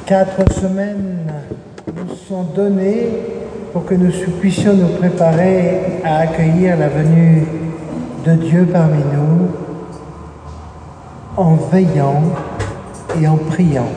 4 semaines nous sont données pour que nous puissions nous préparer à accueillir la venue de Dieu parmi nous en veillant et en priant.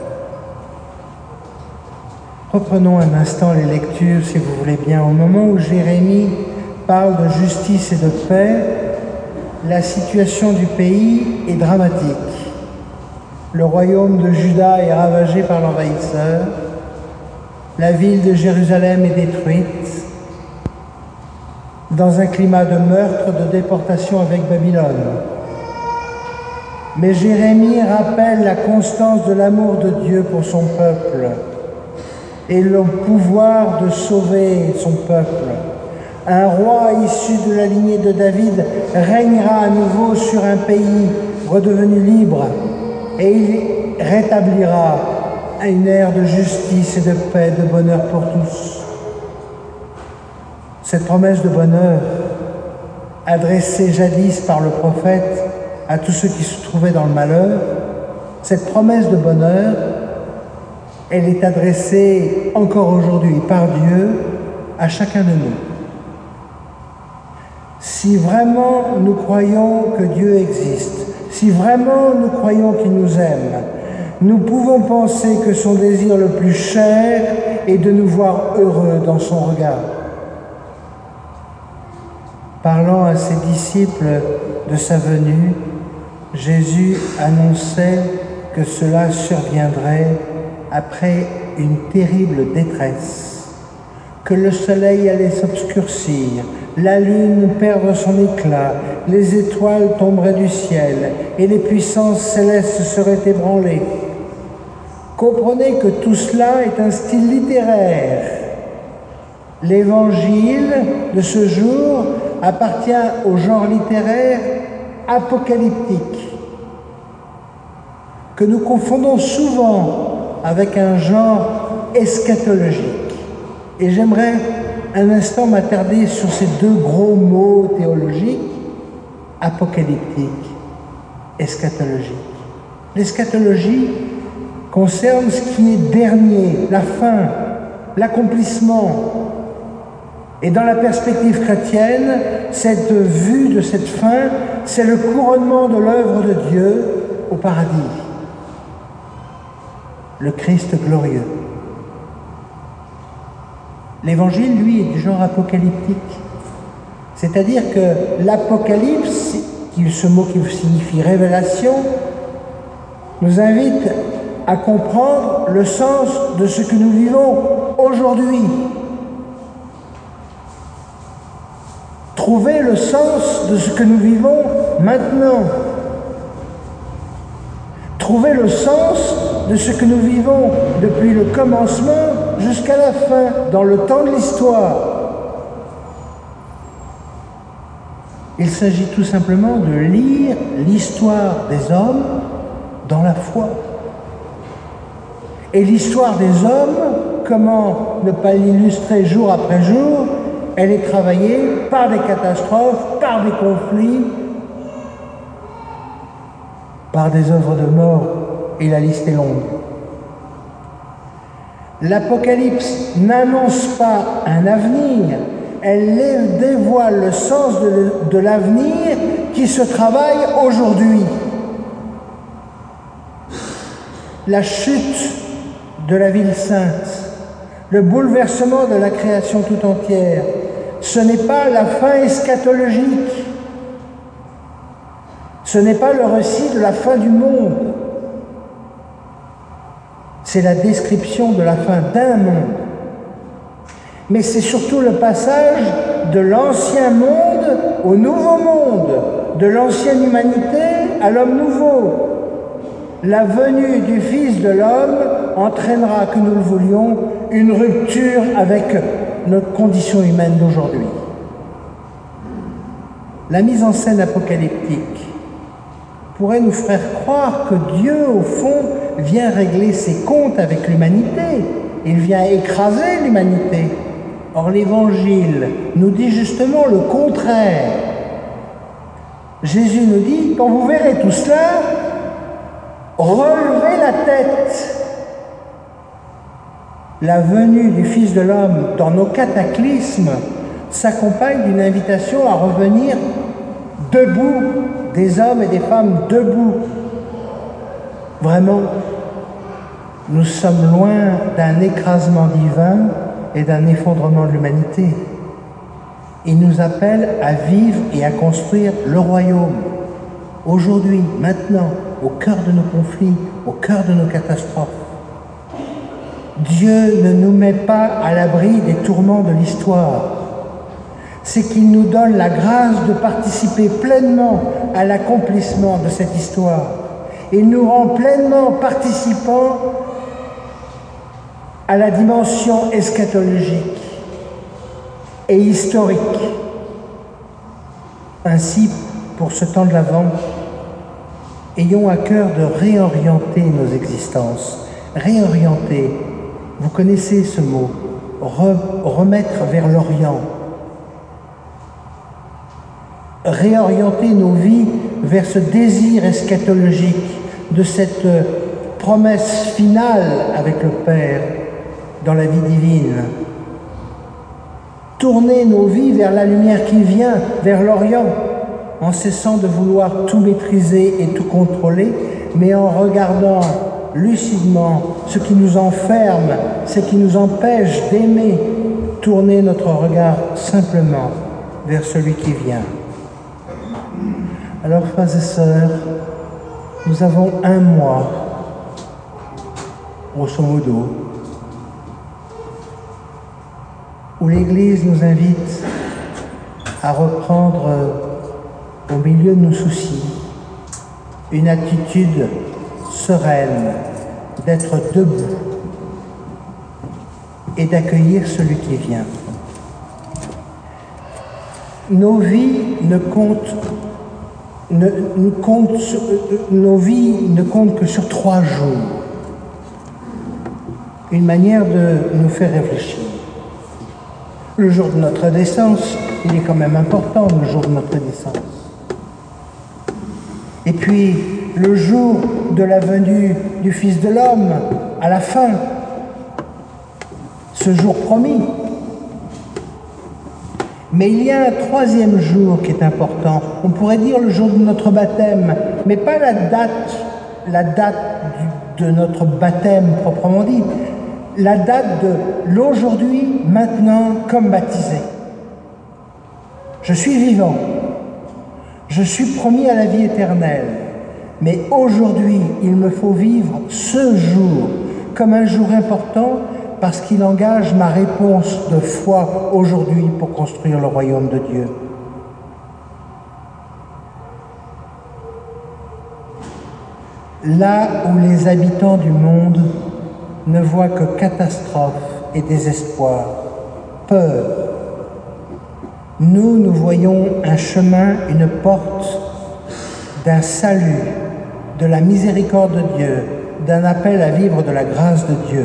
Reprenons un instant les lectures, si vous voulez bien. Au moment où Jérémie parle de justice et de paix, la situation du pays est dramatique. Le royaume de Juda est ravagé par l'envahisseur. La ville de Jérusalem est détruite dans un climat de meurtre, de déportation avec Babylone. Mais Jérémie rappelle la constance de l'amour de Dieu pour son peuple et le pouvoir de sauver son peuple. Un roi issu de la lignée de David régnera à nouveau sur un pays redevenu libre et il rétablira une ère de justice et de paix, de bonheur pour tous. Cette promesse de bonheur, adressée jadis par le prophète à tous ceux qui se trouvaient dans le malheur, cette promesse de bonheur, elle est adressée encore aujourd'hui par Dieu à chacun de nous. Si vraiment nous croyons que Dieu existe, si vraiment nous croyons qu'il nous aime, nous pouvons penser que son désir le plus cher est de nous voir heureux dans son regard. Parlant à ses disciples de sa venue, Jésus annonçait que cela surviendrait après une terrible détresse, que le soleil allait s'obscurcir, la lune perdre son éclat, les étoiles tomberaient du ciel et les puissances célestes seraient ébranlées. Comprenez que tout cela est un style littéraire. L'évangile de ce jour appartient au genre littéraire apocalyptique, que nous confondons souvent avec un genre eschatologique. Et j'aimerais un instant m'attarder sur ces deux gros mots théologiques, apocalyptique, eschatologique. L'eschatologie concerne ce qui est dernier, la fin, l'accomplissement. Et dans la perspective chrétienne, cette vue de cette fin, c'est le couronnement de l'œuvre de Dieu au paradis. Le Christ glorieux. L'Évangile, lui, est du genre apocalyptique. C'est-à-dire que l'Apocalypse, ce mot qui signifie révélation, nous invite à comprendre le sens de ce que nous vivons aujourd'hui. Trouver le sens de ce que nous vivons maintenant. Trouver le sens de ce que nous vivons depuis le commencement jusqu'à la fin, dans le temps de l'histoire. Il s'agit tout simplement de lire l'histoire des hommes dans la foi. Et l'histoire des hommes, comment ne pas l'illustrer jour après jour, elle est travaillée par des catastrophes, par des conflits, par des œuvres de mort, et la liste est longue. L'Apocalypse n'annonce pas un avenir, elle dévoile le sens de l'avenir qui se travaille aujourd'hui. La chute de la ville sainte, le bouleversement de la création tout entière, ce n'est pas la fin eschatologique, ce n'est pas le récit de la fin du monde, c'est la description de la fin d'un monde. Mais c'est surtout le passage de l'ancien monde au nouveau monde, de l'ancienne humanité à l'homme nouveau. La venue du Fils de l'homme entraînera, que nous le voulions, une rupture avec notre condition humaine d'aujourd'hui. La mise en scène apocalyptique pourrait nous faire croire que Dieu, au fond, vient régler ses comptes avec l'humanité. Il vient écraser l'humanité. Or, l'Évangile nous dit justement le contraire. Jésus nous dit, quand vous verrez tout cela, relevez la tête. la venue du Fils de l'homme dans nos cataclysmes s'accompagne d'une invitation à revenir debout, des hommes et des femmes debout. Vraiment, nous sommes loin d'un écrasement divin et d'un effondrement de l'humanité. Il nous appelle à vivre et à construire le royaume. Aujourd'hui, maintenant, au cœur de nos conflits, au cœur de nos catastrophes. Dieu ne nous met pas à l'abri des tourments de l'histoire. C'est qu'il nous donne la grâce de participer pleinement à l'accomplissement de cette histoire. Il nous rend pleinement participants à la dimension eschatologique et historique. Ainsi, pour ce temps de l'Avent, ayons à cœur de réorienter nos existences. Réorienter, vous connaissez ce mot, remettre vers l'Orient. Réorienter nos vies vers ce désir eschatologique de cette promesse finale avec le Père dans la vie divine. Tourner nos vies vers la lumière qui vient, vers l'Orient, en cessant de vouloir tout maîtriser et tout contrôler, mais en regardant lucidement ce qui nous enferme, ce qui nous empêche d'aimer, tourner notre regard simplement vers celui qui vient. Alors, frères et sœurs, nous avons un mois, grosso modo, où l'Église nous invite à reprendre au milieu de nos soucis une attitude sereine, d'être debout et d'accueillir celui qui vient. Nos vies ne comptent que sur 3 jours. Une manière de nous faire réfléchir. Le jour de notre naissance, il est quand même important, le jour de notre naissance. Et puis, le jour de la venue du Fils de l'homme, à la fin, ce jour promis. Mais il y a un 3e jour qui est important. On pourrait dire le jour de notre baptême, mais pas la date de notre baptême proprement dit, la date de l'aujourd'hui, maintenant, comme baptisé. Je suis vivant, je suis promis à la vie éternelle, mais aujourd'hui, il me faut vivre ce jour comme un jour important parce qu'il engage ma réponse de foi aujourd'hui pour construire le royaume de Dieu. Là où les habitants du monde ne voient que catastrophe et désespoir, peur, nous voyons un chemin, une porte d'un salut, de la miséricorde de Dieu, d'un appel à vivre de la grâce de Dieu.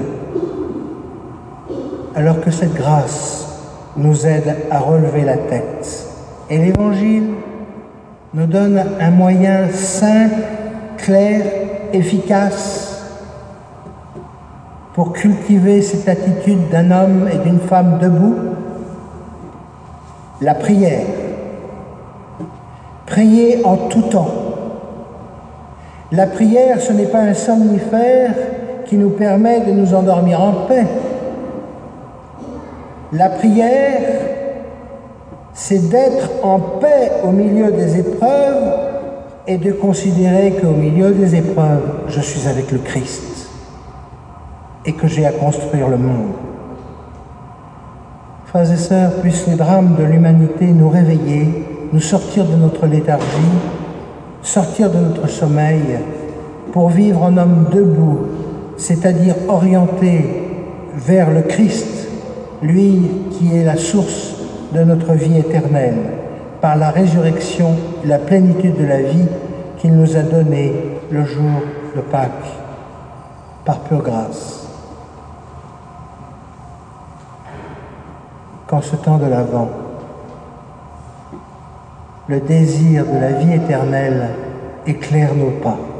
Alors que cette grâce nous aide à relever la tête. Et l'Évangile nous donne un moyen simple, clair, efficace pour cultiver cette attitude d'un homme et d'une femme debout, la prière. Prier en tout temps. La prière, ce n'est pas un somnifère qui nous permet de nous endormir en paix. La prière, c'est d'être en paix au milieu des épreuves et de considérer qu'au milieu des épreuves, je suis avec le Christ et que j'ai à construire le monde. Frères et sœurs, puissent les drames de l'humanité nous réveiller, nous sortir de notre léthargie, sortir de notre sommeil pour vivre en homme debout, c'est-à-dire orienté vers le Christ, lui qui est la source de notre vie éternelle, par la résurrection, la plénitude de la vie qu'il nous a donnée le jour de Pâques, par pure grâce. Qu'en ce temps de l'Avent, le désir de la vie éternelle éclaire nos pas.